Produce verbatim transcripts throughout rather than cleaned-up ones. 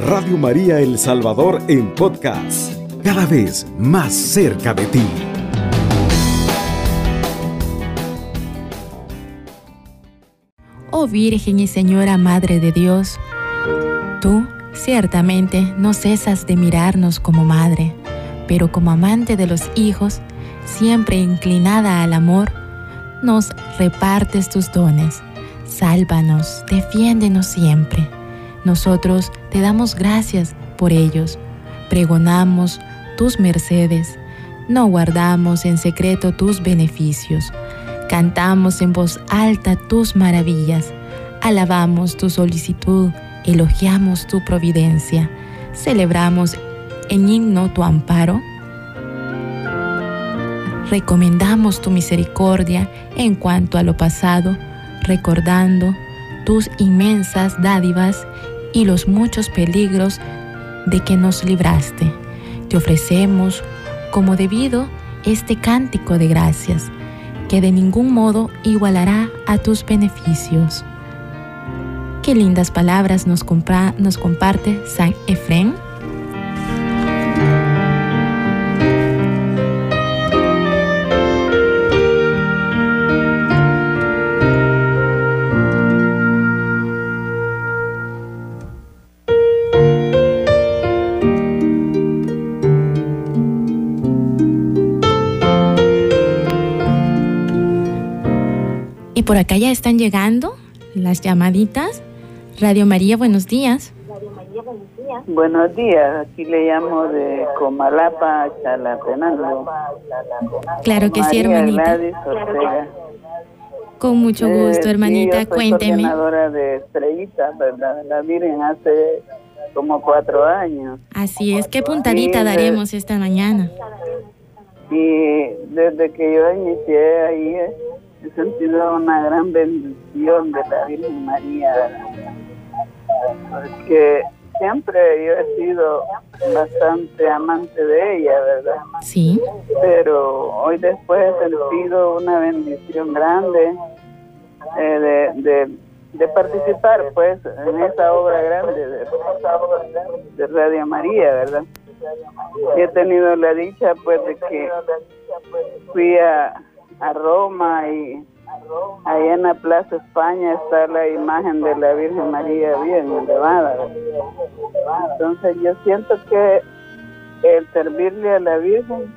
Radio María El Salvador en podcast, cada vez más cerca de ti. Oh Virgen y Señora Madre de Dios, tú ciertamente no cesas de mirarnos como madre, pero como amante de los hijos, siempre inclinada al amor, nos repartes tus dones. Sálvanos, defiéndenos siempre. Nosotros te damos gracias por ellos. Pregonamos tus mercedes. No guardamos en secreto tus beneficios. Cantamos en voz alta tus maravillas. Alabamos tu solicitud. Elogiamos tu providencia. Celebramos en himno tu amparo. Recomendamos tu misericordia en cuanto a lo pasado, recordando tus inmensas dádivas y los muchos peligros de que nos libraste. Te ofrecemos, como debido, este cántico de gracias, que de ningún modo igualará a tus beneficios. Qué lindas palabras nos, compra, nos comparte San Efrén. Y por acá ya están llegando las llamaditas. Radio María, buenos días. Radio María, buenos días. Buenos días, aquí le llamo de Comalapa, Chalatenango. Claro que sí, hermanita. Con mucho gusto, hermanita, eh, sí, yo soy cuénteme. Coordinadora de Estrellitas, ¿verdad? La Virgen hace como cuatro años. Así es, ¿qué puntadita sí, daremos de... esta mañana? Y desde que yo inicié ahí, he sentido una gran bendición de la Virgen María, porque siempre yo he sido bastante amante de ella, ¿verdad? Sí. Pero hoy después he sentido una bendición grande eh, de, de, de participar, pues, en esa obra grande de, de Radio María, ¿verdad? Y he tenido la dicha, pues, de que fui a a Roma y ahí en la Plaza España está la imagen de la Virgen María bien elevada. Entonces yo siento que el servirle a la Virgen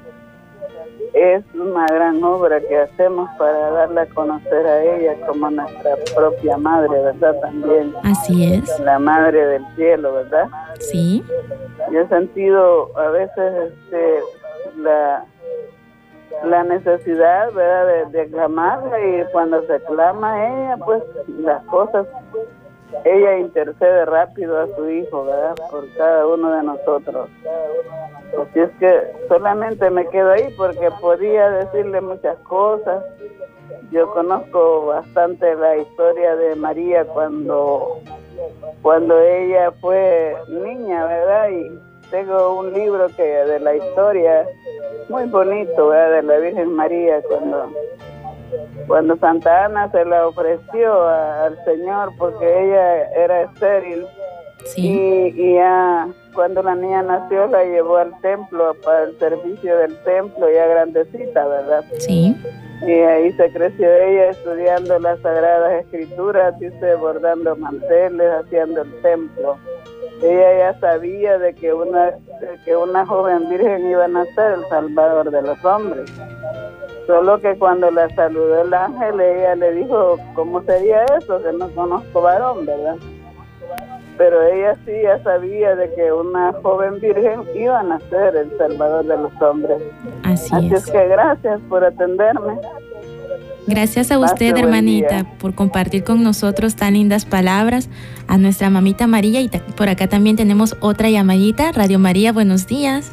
es una gran obra que hacemos para darla a conocer a ella como nuestra propia madre, ¿verdad? También. Así es. La madre del cielo, ¿verdad? Sí. Yo he sentido a veces este, la... la necesidad, ¿verdad?, de, de clamarla, y cuando se clama ella, pues las cosas, ella intercede rápido a su hijo, ¿verdad?, por cada uno de nosotros. Así es que solamente me quedo ahí porque podía decirle muchas cosas. Yo conozco bastante la historia de María cuando, cuando ella fue niña, ¿verdad?, y tengo un libro que de la historia muy bonito, ¿verdad?, de la Virgen María, cuando cuando Santa Ana se la ofreció a, al Señor porque ella era estéril. Sí. Y, y ya cuando la niña nació la llevó al templo para el servicio del templo, ya grandecita, ¿verdad? Sí. Y ahí se creció ella estudiando las Sagradas Escrituras, dice, bordando manteles, haciendo el templo. Ella ya sabía de que una de que una joven virgen iba a nacer, el Salvador de los hombres. Solo que cuando la saludó el ángel, ella le dijo, ¿cómo sería eso? Que no conozco varón, ¿verdad? Pero ella sí ya sabía de que una joven virgen iba a nacer, el Salvador de los hombres. Así, Así es. es que gracias por atenderme. Gracias a usted, Pase, hermanita, por compartir con nosotros tan lindas palabras, a nuestra mamita María. Y por acá también tenemos otra llamadita. Radio María, buenos días.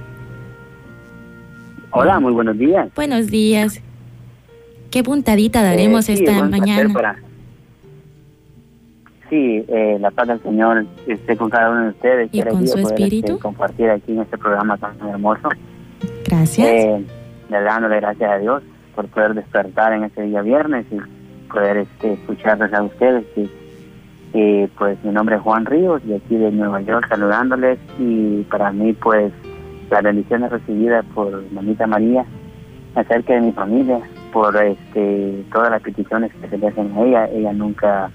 Hola, muy buenos días. Buenos días. ¿Qué puntadita daremos eh, sí, esta mañana? Para... Sí, eh, la paz del Señor esté con cada uno de ustedes. Y con su poder, espíritu. Este, compartir aquí en este programa tan hermoso. Gracias. Eh, dándole gracias a Dios por poder despertar en este día viernes y poder este, escucharles a ustedes, que Eh, pues mi nombre es Juan Ríos, de aquí de Nueva York, saludándoles. Y para mí, pues, las bendiciones recibidas por Mamita María acerca de mi familia, por este todas las peticiones que se le hacen a ella. Ella nunca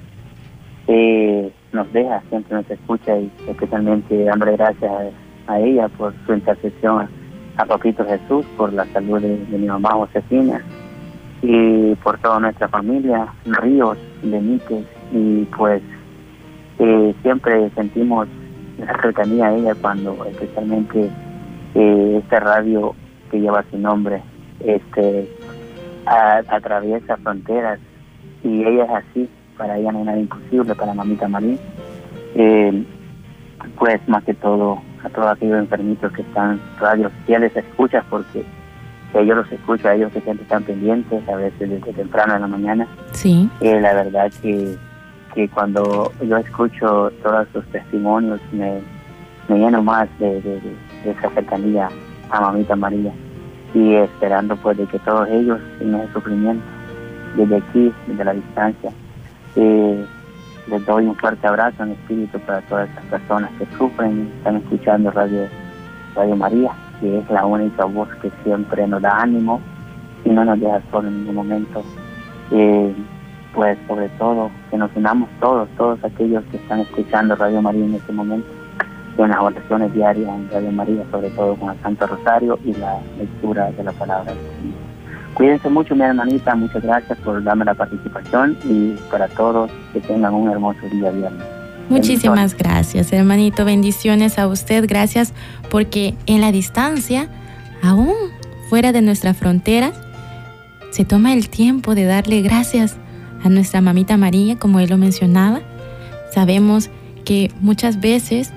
eh, nos deja, siempre nos escucha, y especialmente dándole gracias a, a ella por su intercesión a Papito Jesús, por la salud de, de mi mamá Josefina, y por toda nuestra familia, Ríos, Benítez, y pues eh, siempre sentimos la cercanía a ella cuando especialmente eh, esta radio que lleva su nombre este a, atraviesa fronteras, y ella es así. Para ella no hay nada imposible, para Mamita María. Eh, pues más que todo a todos aquellos enfermitos que están radios, ya les escuchas, porque ellos los escuchan, ellos que siempre están pendientes, a veces desde temprano en la mañana. Sí. Eh, la verdad que, que cuando yo escucho todos sus testimonios me, me lleno más de, de, de, de esa cercanía a Mamita María, y esperando pues de que todos ellos tengan el sufrimiento desde aquí, desde la distancia. Eh, les doy un fuerte abrazo en espíritu para todas esas personas que sufren, están escuchando Radio, Radio María, que es la única voz que siempre nos da ánimo y no nos deja solo en ningún momento. Eh, pues sobre todo que nos unamos todos, todos aquellos que están escuchando Radio María en este momento, en las oraciones diarias en Radio María, sobre todo con el Santo Rosario y la lectura de la palabra de Dios. Cuídense mucho, mi hermanita, muchas gracias por darme la participación, y para todos que tengan un hermoso día viernes. Muchísimas gracias, hermanito, bendiciones a usted, gracias, porque en la distancia, aún fuera de nuestras fronteras, se toma el tiempo de darle gracias a nuestra Mamita María, como él lo mencionaba. Sabemos que muchas veces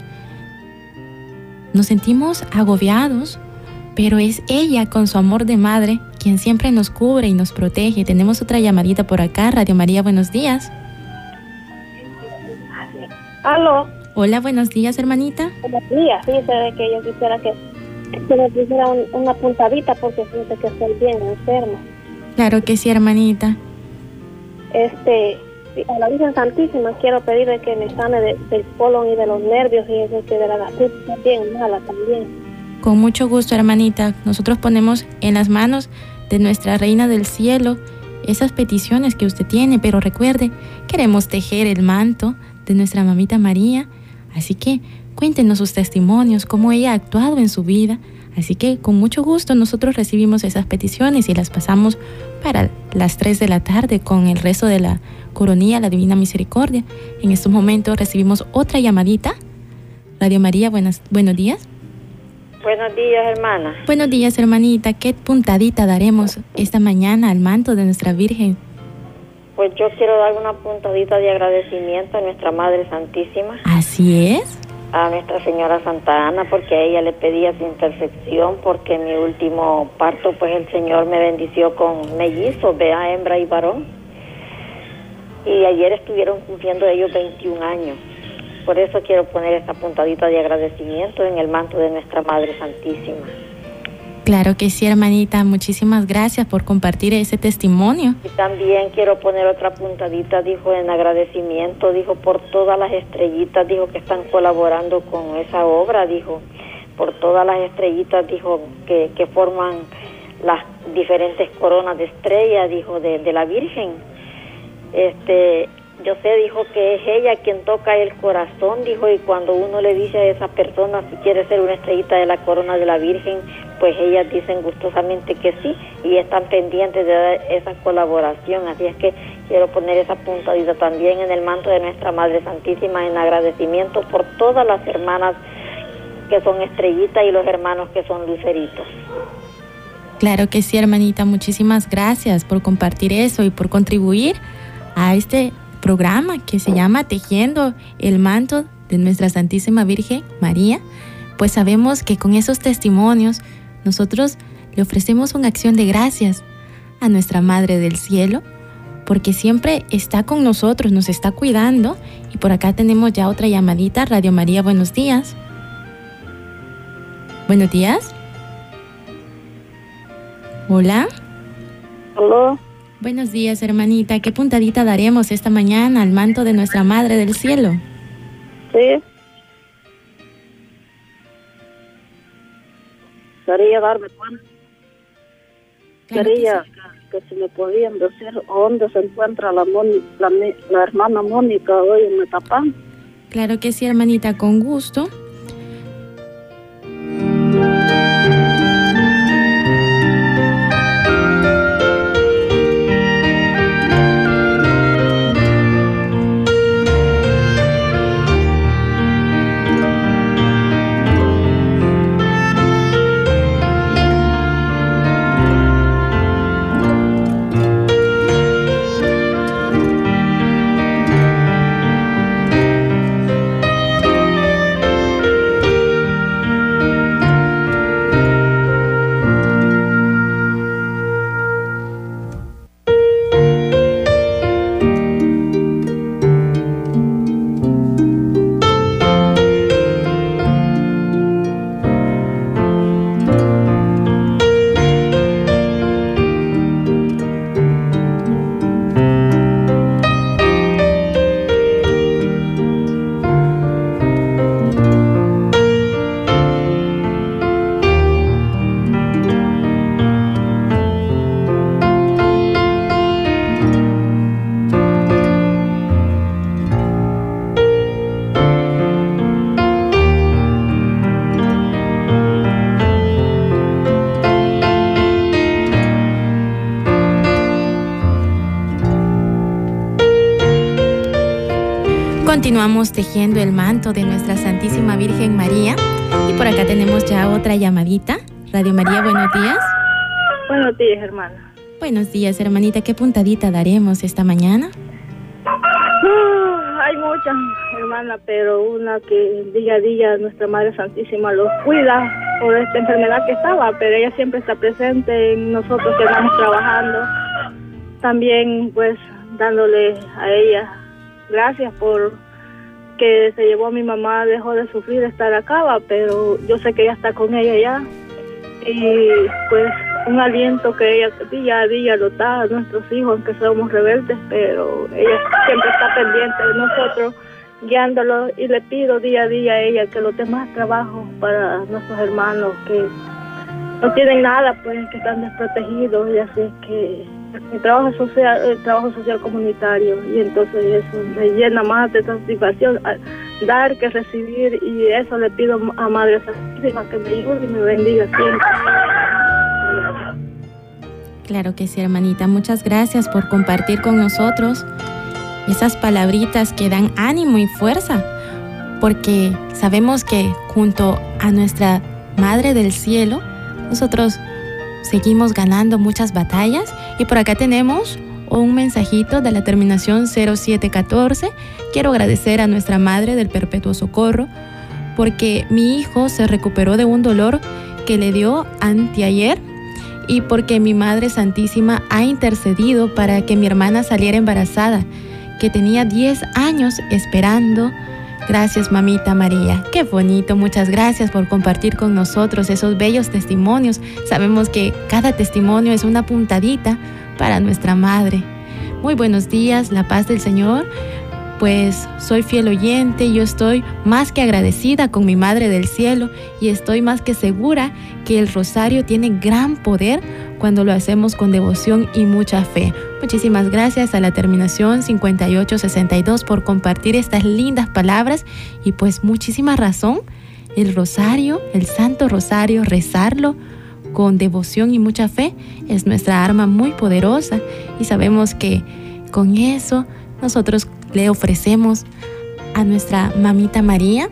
nos sentimos agobiados, pero es ella con su amor de madre quien siempre nos cubre y nos protege. Tenemos otra llamadita por acá. Radio María, buenos días. Aló. Hola, buenos días, hermanita. Buenos días. Fíjese de que yo quisiera que, que me pusiera un, una puntadita, porque fíjese que estoy bien enferma. Claro que sí, hermanita. Este, a la Virgen Santísima quiero pedirle que me sane de, del colon y de los nervios, y eso, que de la gastritis también mala también. Con mucho gusto, hermanita. Nosotros ponemos en las manos de nuestra Reina del Cielo esas peticiones que usted tiene, pero recuerde, queremos tejer el manto de nuestra Mamita María, así que cuéntenos sus testimonios, cómo ella ha actuado en su vida. Así que con mucho gusto nosotros recibimos esas peticiones y las pasamos para las tres de la tarde con el rezo de la coronilla, la Divina Misericordia. En estos momentos recibimos otra llamadita. Radio María, buenas, buenos días. Buenos días, hermana. Buenos días, hermanita. ¿Qué puntadita daremos esta mañana al manto de nuestra Virgen? Pues yo quiero dar una puntadita de agradecimiento a nuestra Madre Santísima. Así es. A Nuestra Señora Santa Ana, porque a ella le pedía su intercesión, porque en mi último parto, pues el Señor me bendició con mellizos, vea, hembra y varón. Y ayer estuvieron cumpliendo ellos veintiún años. Por eso quiero poner esta puntadita de agradecimiento en el manto de nuestra Madre Santísima. Claro que sí, hermanita. Muchísimas gracias por compartir ese testimonio. Y también quiero poner otra puntadita, dijo, en agradecimiento, dijo, por todas las estrellitas, dijo, que están colaborando con esa obra, dijo, por todas las estrellitas, dijo, que, que forman las diferentes coronas de estrella, dijo, de, de la Virgen. Este... Yo sé, dijo, que es ella quien toca el corazón, dijo, y cuando uno le dice a esa persona si quiere ser una estrellita de la corona de la Virgen, pues ellas dicen gustosamente que sí, y están pendientes de dar esa colaboración. Así es que quiero poner esa puntadita también en el manto de nuestra Madre Santísima, en agradecimiento por todas las hermanas que son estrellitas y los hermanos que son luceritos. Claro que sí, hermanita. Muchísimas gracias por compartir eso y por contribuir a este programa que se llama Tejiendo el Manto de Nuestra Santísima Virgen María. Pues sabemos que con esos testimonios nosotros le ofrecemos una acción de gracias a nuestra Madre del Cielo, porque siempre está con nosotros, nos está cuidando. Y por acá tenemos ya otra llamadita. Radio María, buenos días. Buenos días. Hola. Aló. Buenos días, hermanita. ¿Qué puntadita daremos esta mañana al manto de nuestra Madre del Cielo? Sí. Quería darme cuenta. Claro Quería que sí. que, que si me podían decir dónde se encuentra la, Moni, la, la hermana Mónica hoy en Metapán. Claro que sí, hermanita, con gusto. Continuamos tejiendo el manto de nuestra Santísima Virgen María. Y por acá tenemos ya otra llamadita. Radio María, buenos días. Buenos días, hermana. Buenos días, hermanita. ¿Qué puntadita daremos esta mañana? Uh, hay muchas, hermana, pero una que día a día nuestra Madre Santísima los cuida por esta enfermedad que estaba, pero ella siempre está presente en nosotros que estamos trabajando. También, pues, dándole a ella gracias por que se llevó a mi mamá, dejó de sufrir de estar acá, va, pero yo sé que ella está con ella ya. Y pues un aliento que ella día a día lo da a nuestros hijos, aunque somos rebeldes, pero ella siempre está pendiente de nosotros, guiándolos, y le pido día a día a ella que los demás trabajos para nuestros hermanos que no tienen nada, pues que están desprotegidos, y así que el trabajo social, el trabajo social comunitario, y entonces eso me llena más de satisfacción, dar que recibir, y eso le pido a Madre Santísima que me ayude y me bendiga siempre. Claro que sí, hermanita. Muchas gracias por compartir con nosotros esas palabritas que dan ánimo y fuerza, porque sabemos que junto a nuestra Madre del Cielo, nosotros seguimos ganando muchas batallas. Y por acá tenemos un mensajito de la terminación cero siete catorce. Quiero agradecer a nuestra Madre del Perpetuo Socorro porque mi hijo se recuperó de un dolor que le dio anteayer, y porque mi Madre Santísima ha intercedido para que mi hermana saliera embarazada, que tenía diez años esperando. Gracias, Mamita María. Qué bonito. Muchas gracias por compartir con nosotros esos bellos testimonios. Sabemos que cada testimonio es una puntadita para nuestra Madre. Muy buenos días, la paz del Señor. Pues soy fiel oyente, yo estoy más que agradecida con mi Madre del Cielo, y estoy más que segura que el rosario tiene gran poder cuando lo hacemos con devoción y mucha fe. Muchísimas gracias a la terminación cincuenta y ocho sesenta y dos por compartir estas lindas palabras, y pues muchísima razón, el rosario, el Santo Rosario, rezarlo con devoción y mucha fe es nuestra arma muy poderosa, y sabemos que con eso nosotros le ofrecemos a nuestra Mamita María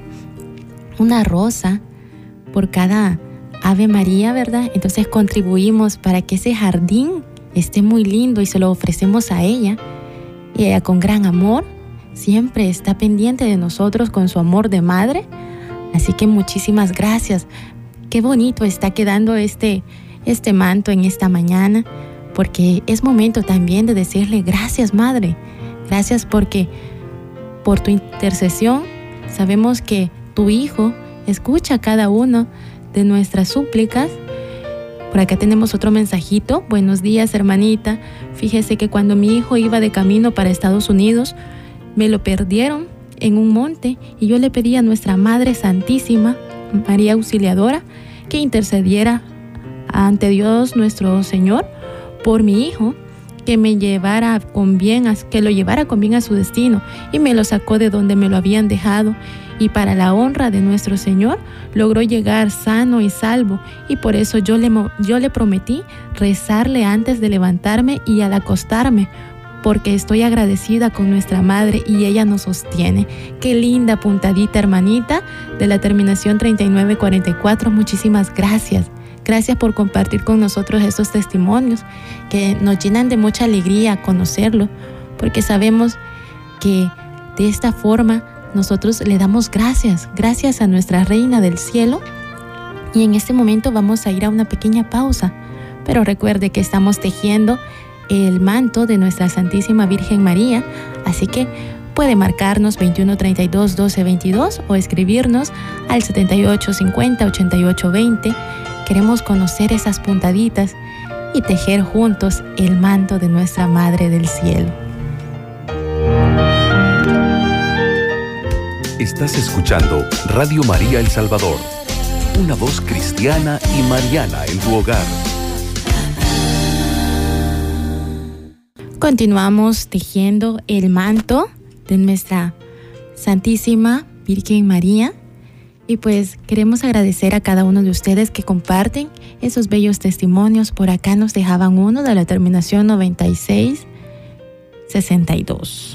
una rosa por cada Ave María, ¿verdad? Entonces contribuimos para que ese jardín esté muy lindo y se lo ofrecemos a ella. Y ella, con gran amor, siempre está pendiente de nosotros con su amor de madre. Así que muchísimas gracias. Qué bonito está quedando este, este manto en esta mañana, porque es momento también de decirle gracias, Madre. Gracias porque por tu intercesión sabemos que tu Hijo escucha cada uno de nuestras súplicas, Por acá tenemos otro mensajito. Buenos días, hermanita. Fíjese que cuando mi hijo iba de camino para Estados Unidos, me lo perdieron en un monte y yo le pedí a nuestra Madre Santísima, María Auxiliadora, que intercediera ante Dios nuestro Señor por mi hijo, que me llevara con bien, a, que lo llevara con bien a su destino, y me lo sacó de donde me lo habían dejado, y para la honra de nuestro Señor logró llegar sano y salvo, y por eso yo le, yo le prometí rezarle antes de levantarme y al acostarme, porque estoy agradecida con nuestra Madre y ella nos sostiene. Qué linda puntadita, hermanita, de la terminación treinta y nueve cuarenta y cuatro. Muchísimas gracias. Gracias por compartir con nosotros estos testimonios que nos llenan de mucha alegría conocerlo, porque sabemos que de esta forma nosotros le damos gracias, gracias a nuestra Reina del Cielo. Y en este momento vamos a ir a una pequeña pausa, pero recuerde que estamos tejiendo el manto de nuestra Santísima Virgen María, así que puede marcarnos veintiuno treinta y dos doce veintidós o escribirnos al setenta y ocho cincuenta ochenta y ocho veinte. Queremos conocer esas puntaditas y tejer juntos el manto de nuestra Madre del Cielo. Estás escuchando Radio María El Salvador, una voz cristiana y mariana en tu hogar. Continuamos tejiendo el manto de nuestra Santísima Virgen María. Y pues queremos agradecer a cada uno de ustedes que comparten esos bellos testimonios. Por acá nos dejaban uno de la terminación noventa y seis sesenta y dos.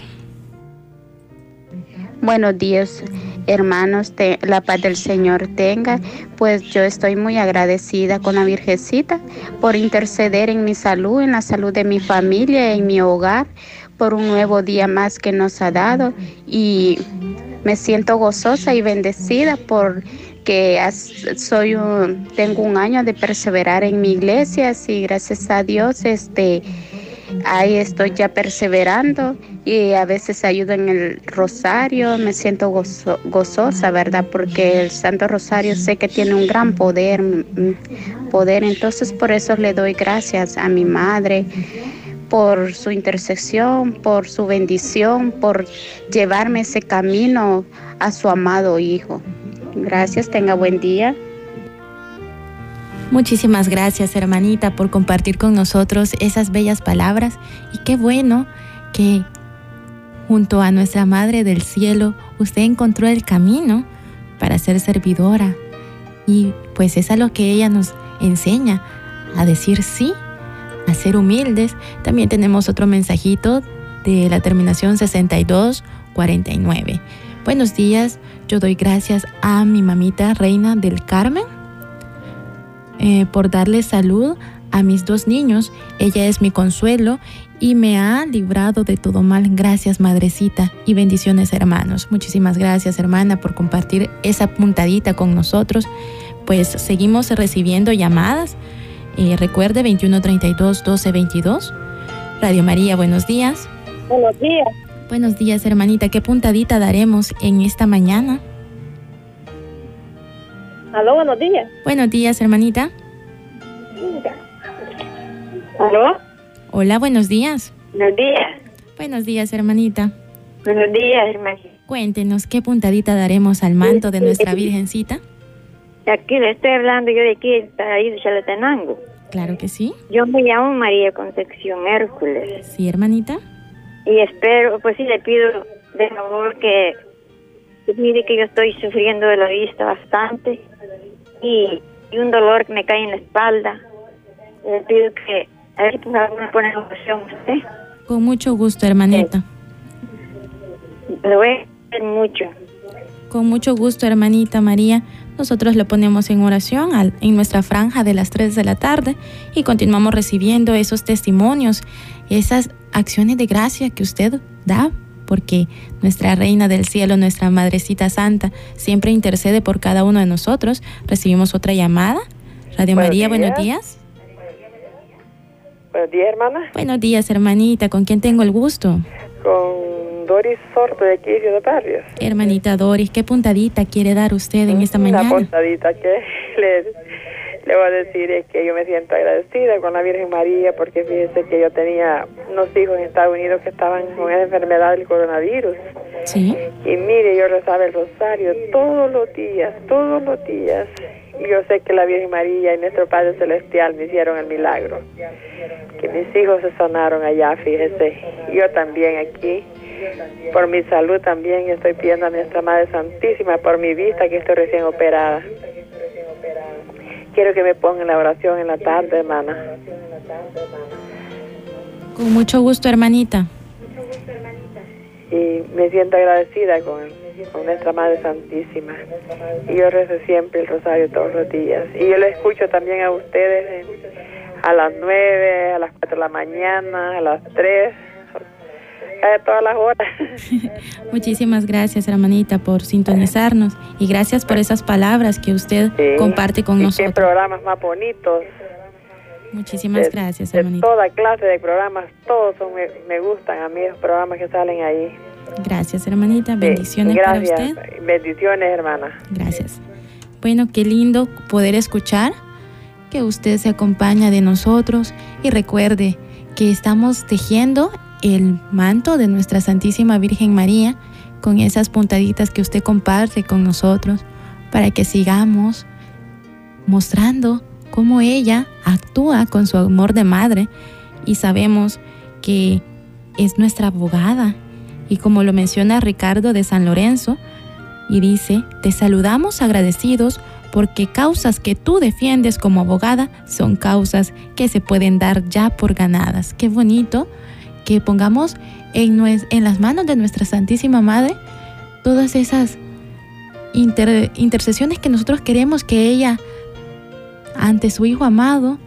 Buenos días, hermanos, te, la paz del Señor tenga. Pues yo estoy muy agradecida con la Virgencita por interceder en mi salud, en la salud de mi familia, en mi hogar, por un nuevo día más que nos ha dado, y me siento gozosa y bendecida porque soy un, tengo un año de perseverar en mi iglesia, y gracias a Dios este, ahí estoy ya perseverando, y a veces ayudo en el rosario. Me siento gozo, gozosa, ¿verdad? Porque el Santo Rosario sé que tiene un gran poder, poder, entonces por eso le doy gracias a mi madre, por su intercesión, por su bendición, por llevarme ese camino a su amado Hijo. Gracias, tenga buen día. Muchísimas gracias, hermanita, por compartir con nosotros esas bellas palabras. Y qué bueno que junto a nuestra Madre del Cielo usted encontró el camino para ser servidora. Y pues es a lo que ella nos enseña, a decir sí, a ser humildes. También tenemos otro mensajito de la terminación sesenta y dos cuarenta y nueve. Buenos días, yo doy gracias a mi mamita Reina del Carmen eh, por darle salud a mis dos niños. Ella es mi consuelo y me ha librado de todo mal. Gracias, madrecita, y bendiciones, hermanos. Muchísimas gracias, hermana, por compartir esa puntadita con nosotros. Pues seguimos recibiendo llamadas. Eh, recuerde, veintiuno treinta y dos doce veintidós. Radio María, buenos días. Buenos días. Buenos días, hermanita. ¿Qué puntadita daremos en esta mañana? Aló, buenos días. Buenos días, hermanita. Aló. Hola, buenos días. Buenos días. Buenos días, hermanita. Buenos días, hermanita. Cuéntenos, ¿qué puntadita daremos al manto de nuestra Virgencita? Aquí le estoy hablando yo de aquí, del paraíso de Chalatenango. Claro que sí. Yo me llamo María Concepción Hércules. Sí, hermanita. Y espero, pues sí, le pido de favor que, pues mire que yo estoy sufriendo de la vista bastante y, y un dolor que me cae en la espalda. Le pido que, a ver si por favor me pone en oración usted. Con mucho gusto, hermanita. Lo voy a hacer mucho. Con mucho gusto, hermanita María. Nosotros lo ponemos en oración al, en nuestra franja de las tres de la tarde y continuamos recibiendo esos testimonios, esas acciones de gracia que usted da, porque nuestra Reina del Cielo, nuestra Madrecita Santa, siempre intercede por cada uno de nosotros. Recibimos otra llamada. Radio buenos María, días. Buenos días. Buenos días, hermana. Buenos días, hermanita. ¿Con quién tengo el gusto? Con Doris Sorto, de aquí de Barrios. Hermanita Doris, ¿qué puntadita quiere dar usted en esta mañana? Una puntadita que le, le voy a decir es que yo me siento agradecida con la Virgen María, porque fíjese que yo tenía unos hijos en Estados Unidos que estaban con esa enfermedad del coronavirus. Sí. Y mire, yo rezaba el rosario todos los días, todos los días. Y yo sé que la Virgen María y nuestro Padre Celestial me hicieron el milagro. Que mis hijos se sanaron allá, fíjese. Yo también aquí. Por mi salud también estoy pidiendo a nuestra Madre Santísima, por mi vista que estoy recién operada. Quiero que me pongan la oración en la tarde, hermana. Con mucho gusto, hermanita. Y me siento agradecida con, con nuestra Madre Santísima. Y yo rezo siempre el rosario todos los días. Y yo le escucho también a ustedes a las nueve, a las cuatro de la mañana, a las tres, a todas las horas. Muchísimas gracias, hermanita, por sintonizarnos, y gracias por esas palabras que usted sí, comparte con y nosotros. Qué programas más bonitos. Muchísimas de, gracias, de hermanita. Toda clase de programas, todos son, me, me gustan a mí los programas que salen ahí. Gracias, hermanita. Bendiciones sí, gracias. para usted. Bendiciones, hermana. Gracias. Bueno, qué lindo poder escuchar que usted se acompaña de nosotros, y recuerde que estamos tejiendo el manto de nuestra Santísima Virgen María con esas puntaditas que usted comparte con nosotros, para que sigamos mostrando cómo ella actúa con su amor de madre, y sabemos que es nuestra abogada. Y como lo menciona Ricardo de San Lorenzo, y dice: te saludamos agradecidos porque causas que tú defiendes como abogada son causas que se pueden dar ya por ganadas. Qué bonito que pongamos en, nues- en las manos de nuestra Santísima Madre todas esas inter- intercesiones que nosotros queremos que ella, ante su Hijo amado,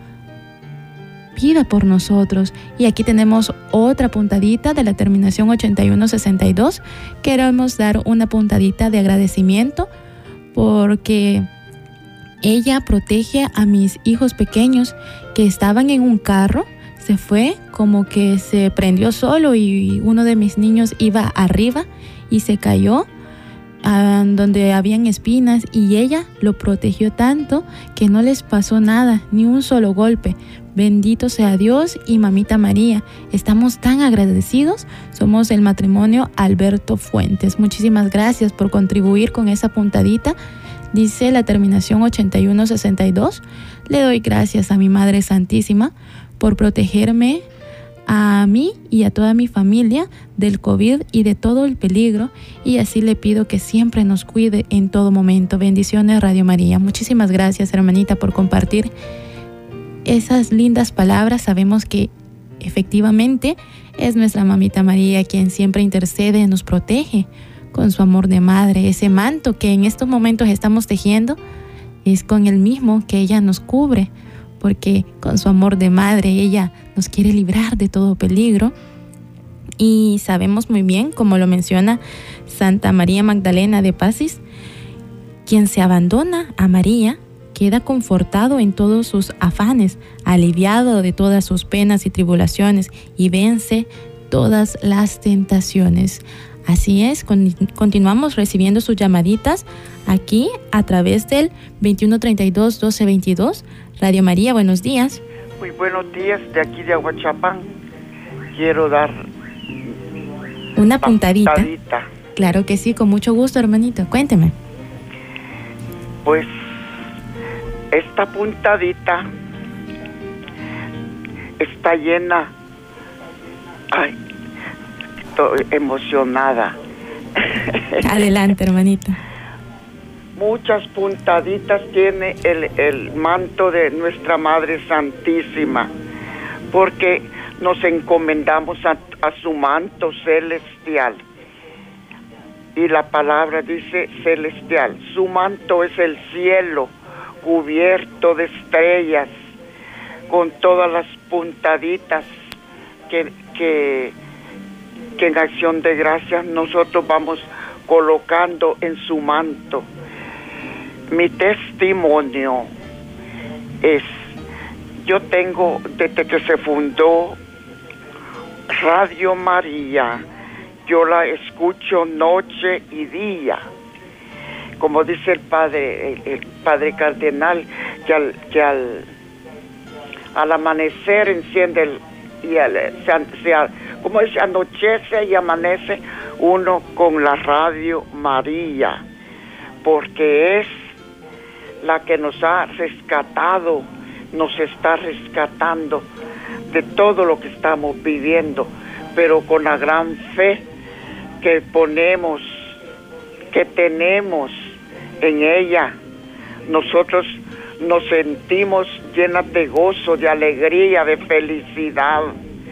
pida por nosotros. Y aquí tenemos otra puntadita de la terminación ochenta y uno sesenta y dos. Queremos dar una puntadita de agradecimiento porque ella protege a mis hijos pequeños que estaban en un carro. Se fue, como que se prendió solo, y uno de mis niños iba arriba y se cayó a donde habían espinas, y ella lo protegió tanto que no les pasó nada, ni un solo golpe. Bendito sea Dios y Mamita María. Estamos tan agradecidos. Somos el matrimonio Alberto Fuentes. Muchísimas gracias por contribuir con esa puntadita. Dice la terminación ochenta y uno sesenta y dos. Le doy gracias a mi Madre Santísima por protegerme a mí y a toda mi familia del COVID y de todo el peligro, y así le pido que siempre nos cuide en todo momento. Bendiciones, Radio María. Muchísimas gracias, hermanita, por compartir esas lindas palabras. Sabemos que efectivamente es nuestra Mamita María quien siempre intercede, nos protege con su amor de madre. Ese manto que en estos momentos estamos tejiendo es con el mismo que ella nos cubre, porque con su amor de madre ella nos quiere librar de todo peligro. Y sabemos muy bien, como lo menciona Santa María Magdalena de Pasis, quien se abandona a María queda confortado en todos sus afanes, aliviado de todas sus penas y tribulaciones, y vence todas las tentaciones. Así es, con, continuamos recibiendo sus llamaditas aquí a través del veintiuno treinta y dos doce veintidós. Radio María, buenos días. Muy buenos días, de aquí de Aguachapán. Quiero dar una puntadita. puntadita. Claro que sí, con mucho gusto, hermanito. Cuénteme. Pues esta puntadita está llena. Ay, estoy emocionada. Adelante, hermanita. Muchas puntaditas tiene el, el manto de nuestra Madre Santísima, porque nos encomendamos a, a su manto celestial. Y la palabra dice celestial. Su manto es el cielo cubierto de estrellas, con todas las puntaditas que, que, que en acción de gracias nosotros vamos colocando en su manto. Mi testimonio es, yo tengo, desde que se fundó Radio María, yo la escucho noche y día. como dice el padre, el, el padre cardenal, que al, que al, al amanecer enciende el, y al, se, se, como dice, anochece y amanece uno con la Radio María, porque es la que nos ha rescatado, nos está rescatando de todo lo que estamos viviendo, pero con la gran fe que ponemos, que tenemos en ella, nosotros nos sentimos llenas de gozo, de alegría, de felicidad,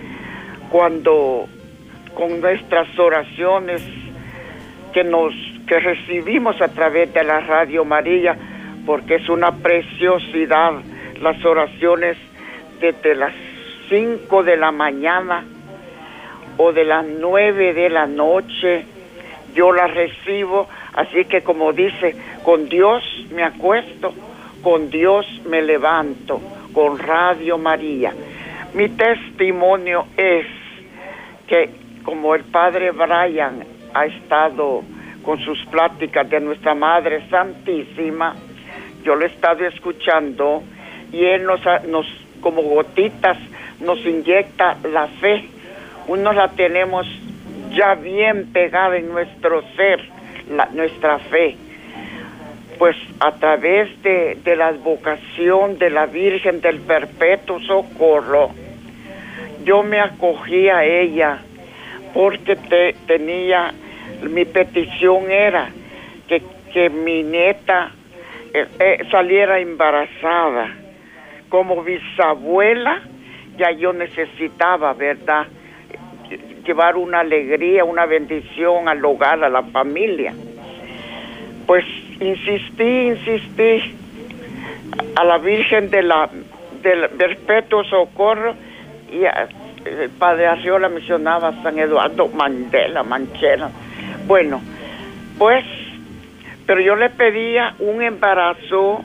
cuando con nuestras oraciones que nos que recibimos a través de la Radio María, porque es una preciosidad las oraciones desde las cinco de la mañana o de las nueve de la noche, yo las recibo, así que como dice, con Dios me acuesto, con Dios me levanto, con Radio María. Mi testimonio es que como el padre Brian ha estado con sus pláticas de nuestra Madre Santísima, yo lo he estado escuchando y él nos, nos como gotitas nos inyecta la fe. Uno la tenemos ya bien pegada en nuestro ser, la, nuestra fe. Pues a través de, de la advocación de la Virgen del Perpetuo Socorro, yo me acogí a ella porque te, tenía, mi petición era que, que mi nieta eh, eh, saliera embarazada. Como bisabuela, ya yo necesitaba, ¿verdad?, llevar una alegría, una bendición al hogar, a la familia. Pues insistí, insistí a la Virgen de la, del Perpetuo Socorro, y a, el padre Arriola mencionaba a San Eduardo Mandela, Manchera. Bueno, pues, pero yo le pedía un embarazo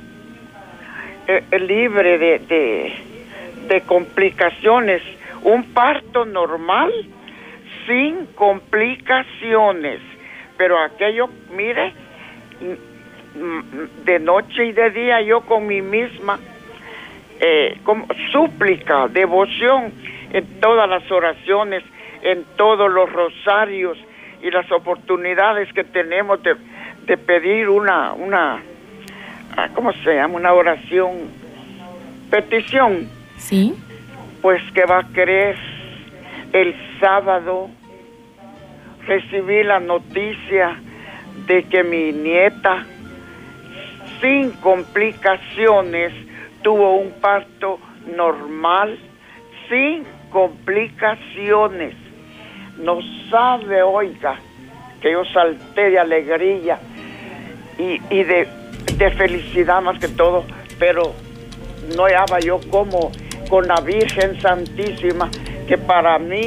eh, libre de, de, de complicaciones, un parto normal, sin complicaciones, pero aquello, mire, de noche y de día yo con mi misma eh, como súplica, devoción, en todas las oraciones, en todos los rosarios y las oportunidades que tenemos de, de pedir una, una, ¿cómo se llama? Una oración, petición. Sí. Pues que va a creer. El sábado recibí la noticia de que mi nieta, sin complicaciones, tuvo un parto normal, sin complicaciones. No sabe, oiga, que yo salté de alegría y, y de, de felicidad más que todo, pero no hallaba yo como con la Virgen Santísima, que para mí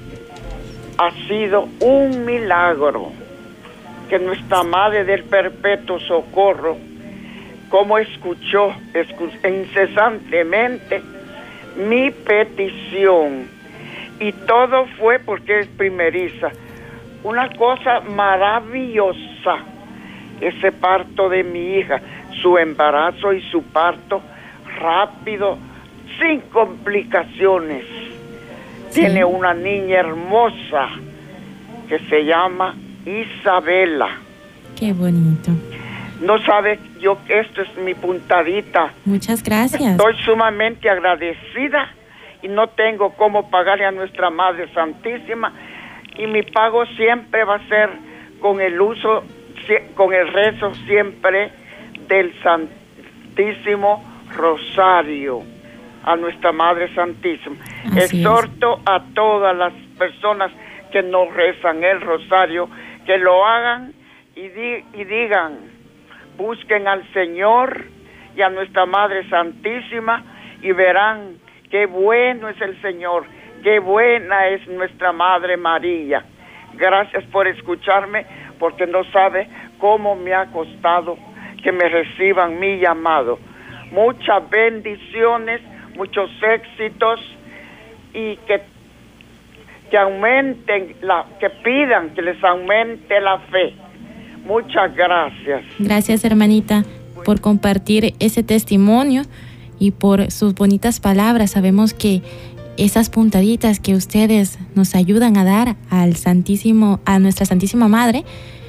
ha sido un milagro, que nuestra Madre del Perpetuo Socorro, como escuchó escu incesantemente mi petición, y todo fue porque es primeriza. Una cosa maravillosa, ese parto de mi hija, su embarazo y su parto rápido, sin complicaciones. Sí. Tiene una niña hermosa que se llama Isabela. Qué bonito. No sabe, yo, esto es mi puntadita. Muchas gracias. Estoy sumamente agradecida y no tengo cómo pagarle a nuestra Madre Santísima, y mi pago siempre va a ser con el uso, con el rezo siempre del Santísimo Rosario a nuestra Madre Santísima. Así Exhorto es. a todas las personas que no rezan el Rosario que lo hagan y, di y digan, busquen al Señor y a nuestra Madre Santísima y verán qué bueno es el Señor, qué buena es nuestra Madre María. Gracias por escucharme, porque no sabe cómo me ha costado que me reciban mi llamado. Muchas bendiciones, muchos éxitos, y que, que aumenten, la, que pidan que les aumente la fe. Muchas gracias. Gracias, hermanita, por compartir ese testimonio y por sus bonitas palabras. Sabemos que esas puntaditas que ustedes nos ayudan a dar al Santísimo, a nuestra Santísima Madre,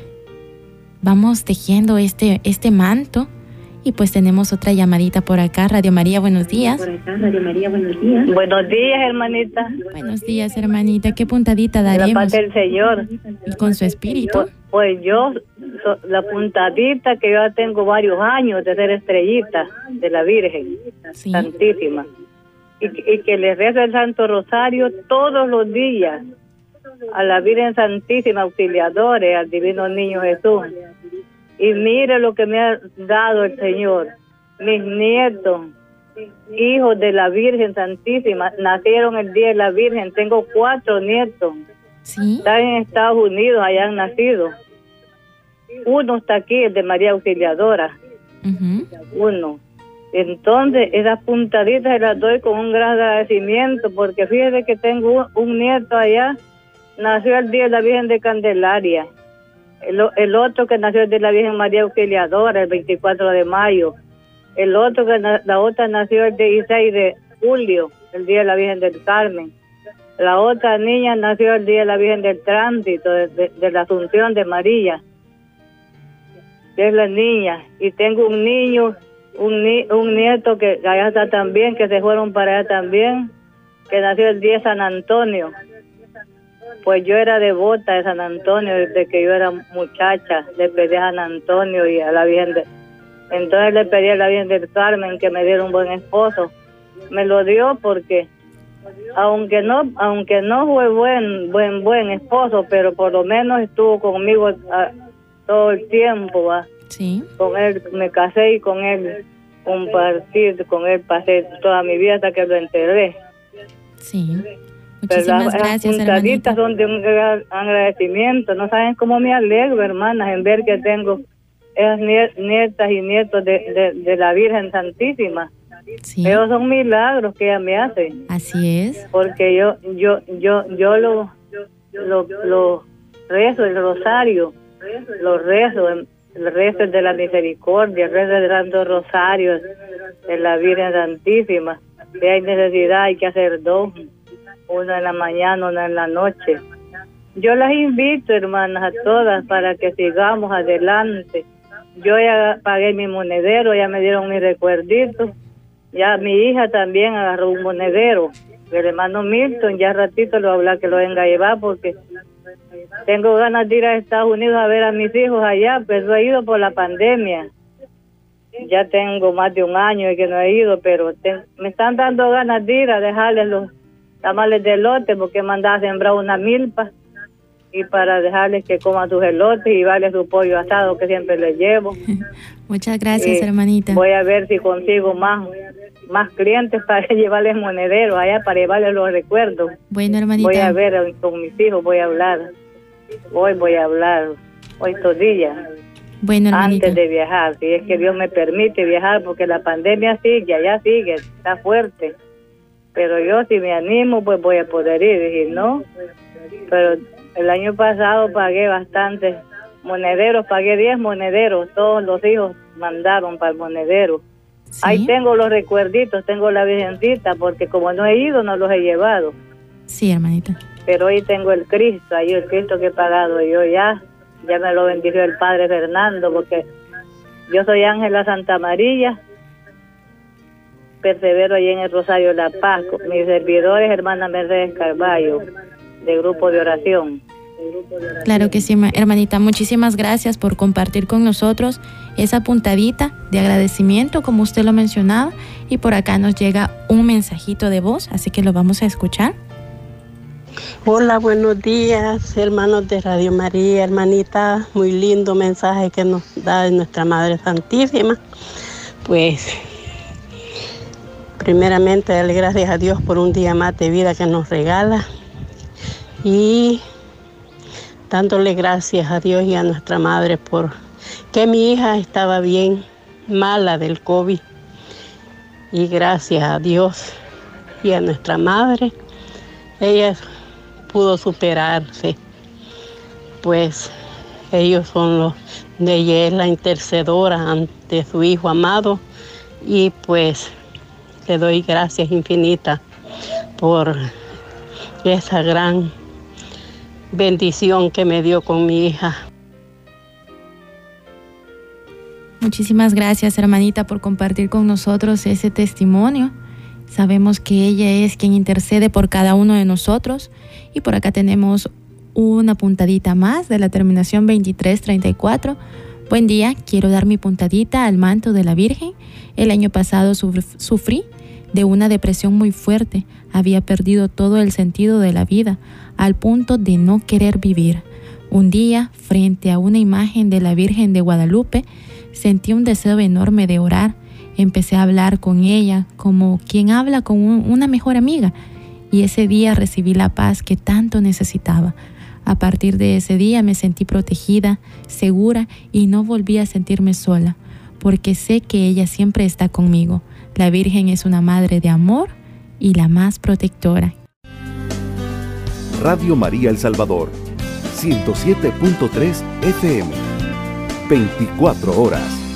vamos tejiendo este, este manto. Y pues tenemos otra llamadita por acá. Radio María, buenos días. Por acá, Radio María, buenos días. Buenos días, hermanita. Buenos días, hermanita. ¿Qué puntadita daremos? De la paz del Señor. ¿Y con su espíritu? Pues, pues yo, so, la puntadita que yo tengo varios años de ser estrellita de la Virgen sí. Santísima. Y, y que le rezo el Santo Rosario todos los días a la Virgen Santísima Auxiliadora, al Divino Niño Jesús. Y mire lo que me ha dado el Señor. Mis nietos, hijos de la Virgen Santísima, nacieron el día de la Virgen. Tengo cuatro nietos. ¿Sí? Están en Estados Unidos, allá han nacido. Uno está aquí, el de María Auxiliadora. Uh-huh. Uno. Entonces, esas puntaditas se las doy con un gran agradecimiento, porque fíjese que tengo un, un nieto allá, nació el día de la Virgen de Candelaria. El, el otro que nació de la Virgen María Auxiliadora, el veinticuatro de mayo. El otro que na, la otra nació el dieciséis de julio, el día de la Virgen del Carmen. La otra niña nació el día de la Virgen del Tránsito, de, de, de la Asunción de María, que es la niña. Y tengo un niño, un, ni, un nieto que allá está también, que se fueron para allá también, que nació el día de San Antonio. Pues yo era devota de San Antonio desde que yo era muchacha. Le pedí a San Antonio y a la Virgen de... Entonces le pedí a la Virgen del Carmen que me diera un buen esposo. Me lo dio porque, aunque no aunque no fue buen buen buen esposo, pero por lo menos estuvo conmigo a, todo el tiempo. ¿va? Sí. Con él me casé y con él compartí, con él pasé toda mi vida hasta que lo enterré. Sí. Muchísimas las, gracias, las puntaditas son de un gran agradecimiento. No saben cómo me alegro, hermanas, en ver que tengo esas nietas y nietos de, de, de la Virgen Santísima. Sí. Esos son milagros que ella me hace. Así es. Porque yo yo yo yo lo lo, lo rezo, el rosario, lo rezo, el rezo de la misericordia, el rezo del Santo Rosario de la Virgen Santísima. Si hay necesidad hay que hacer dos. Una en la mañana, una en la noche. Yo las invito, hermanas, a todas para que sigamos adelante. Yo ya pagué mi monedero, ya me dieron mis recuerditos. Ya mi hija también agarró un monedero. El hermano Milton, ya ratito lo habla que lo venga a llevar porque tengo ganas de ir a Estados Unidos a ver a mis hijos allá, pero no he ido por la pandemia. Ya tengo más de un año y que no he ido, pero te, me están dando ganas de ir a dejarles los tamales de elote porque mandaba a sembrar una milpa y para dejarles que coman sus elotes y darles su pollo asado que siempre les llevo. Muchas gracias, y hermanita. Voy a ver si consigo más más clientes para llevarles monederos allá, para llevarles los recuerdos. Bueno, hermanita. Voy a ver con mis hijos, voy a hablar. Hoy voy a hablar, hoy estos días. Bueno, hermanita. Antes de viajar, si es que Dios me permite viajar, porque la pandemia sigue, allá sigue, está fuerte. Pero yo si me animo, pues voy a poder ir. Y no, pero el año pasado pagué bastantes monederos, pagué diez monederos. Todos los hijos mandaron para el monedero. ¿Sí? Ahí tengo los recuerditos, tengo la Virgencita, porque como no he ido, no los he llevado. Sí, hermanita. Pero hoy tengo el Cristo, ahí el Cristo que he pagado yo ya. Ya me lo bendijo el Padre Fernando, porque yo soy Ángela Santa María. Persevero allí en el Rosario de la Paz. Mis servidores, hermana Mercedes Carballo, de Grupo de Oración. Claro que sí, hermanita. Muchísimas gracias por compartir con nosotros esa puntadita de agradecimiento, como usted lo mencionaba. Y por acá nos llega un mensajito de voz, así que lo vamos a escuchar. Hola, buenos días, hermanos de Radio María, hermanita. Muy lindo mensaje que nos da nuestra Madre Santísima. Pues... primeramente, darle gracias a Dios por un día más de vida que nos regala y dándole gracias a Dios y a nuestra madre por que mi hija estaba bien mala del COVID y gracias a Dios y a nuestra madre, ella pudo superarse. Pues Ellos son los, de ella es la intercedora ante su Hijo amado, y pues le doy gracias infinitas por esa gran bendición que me dio con mi hija. Muchísimas gracias, hermanita, por compartir con nosotros ese testimonio. Sabemos que ella es quien intercede por cada uno de nosotros. Y por acá tenemos una puntadita más de la terminación veintitrés treinta y cuatro. Buen día, quiero dar mi puntadita al manto de la Virgen. El año pasado sufrí de una depresión muy fuerte. Había perdido todo el sentido de la vida, al punto de no querer vivir. Un día, frente a una imagen de la Virgen de Guadalupe, sentí un deseo enorme de orar. Empecé a hablar con ella como quien habla con un, una mejor amiga, y ese día recibí la paz que tanto necesitaba. A partir de ese día me sentí protegida, segura, y no volví a sentirme sola, porque sé que ella siempre está conmigo. La Virgen es una madre de amor y la más protectora. Radio María El Salvador, ciento siete punto tres F M, veinticuatro horas.